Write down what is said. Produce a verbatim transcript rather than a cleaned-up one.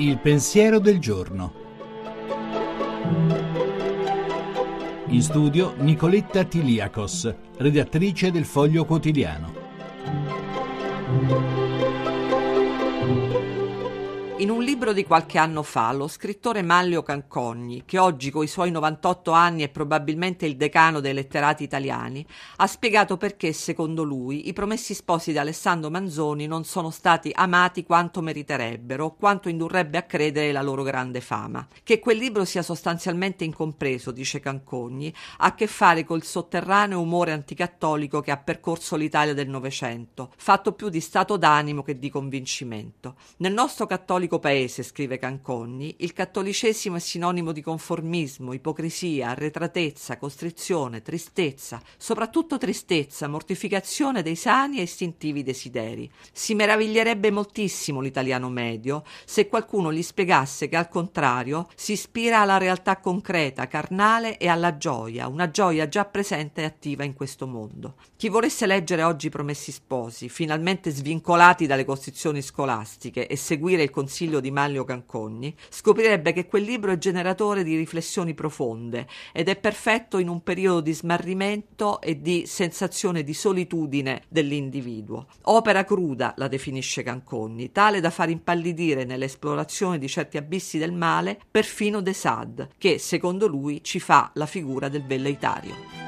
Il pensiero del giorno. In studio Nicoletta Tiliakos, redattrice del Foglio Quotidiano. In un libro di qualche anno fa, lo scrittore Manlio Cancogni, che oggi coi suoi novantotto anni è probabilmente il decano dei letterati italiani, ha spiegato perché, secondo lui, i Promessi Sposi di Alessandro Manzoni non sono stati amati quanto meriterebbero o quanto indurrebbe a credere la loro grande fama. Che quel libro sia sostanzialmente incompreso, dice Cancogni, ha a che fare col sotterraneo umore anticattolico che ha percorso l'Italia del Novecento, fatto più di stato d'animo che di convincimento. Nel nostro cattolico paese, scrive Cancogni, il cattolicesimo è sinonimo di conformismo, ipocrisia, arretratezza, costrizione, tristezza, soprattutto tristezza, mortificazione dei sani e istintivi desideri. Si meraviglierebbe moltissimo l'italiano medio se qualcuno gli spiegasse che al contrario si ispira alla realtà concreta, carnale e alla gioia, una gioia già presente e attiva in questo mondo. Chi volesse leggere oggi i Promessi Sposi, finalmente svincolati dalle costrizioni scolastiche, e seguire il consiglio di Manlio Cancogni, scoprirebbe che quel libro è generatore di riflessioni profonde ed è perfetto in un periodo di smarrimento e di sensazione di solitudine dell'individuo. Opera cruda, la definisce Cancogni, tale da far impallidire nell'esplorazione di certi abissi del male perfino De Sade, che secondo lui ci fa la figura del velleitario.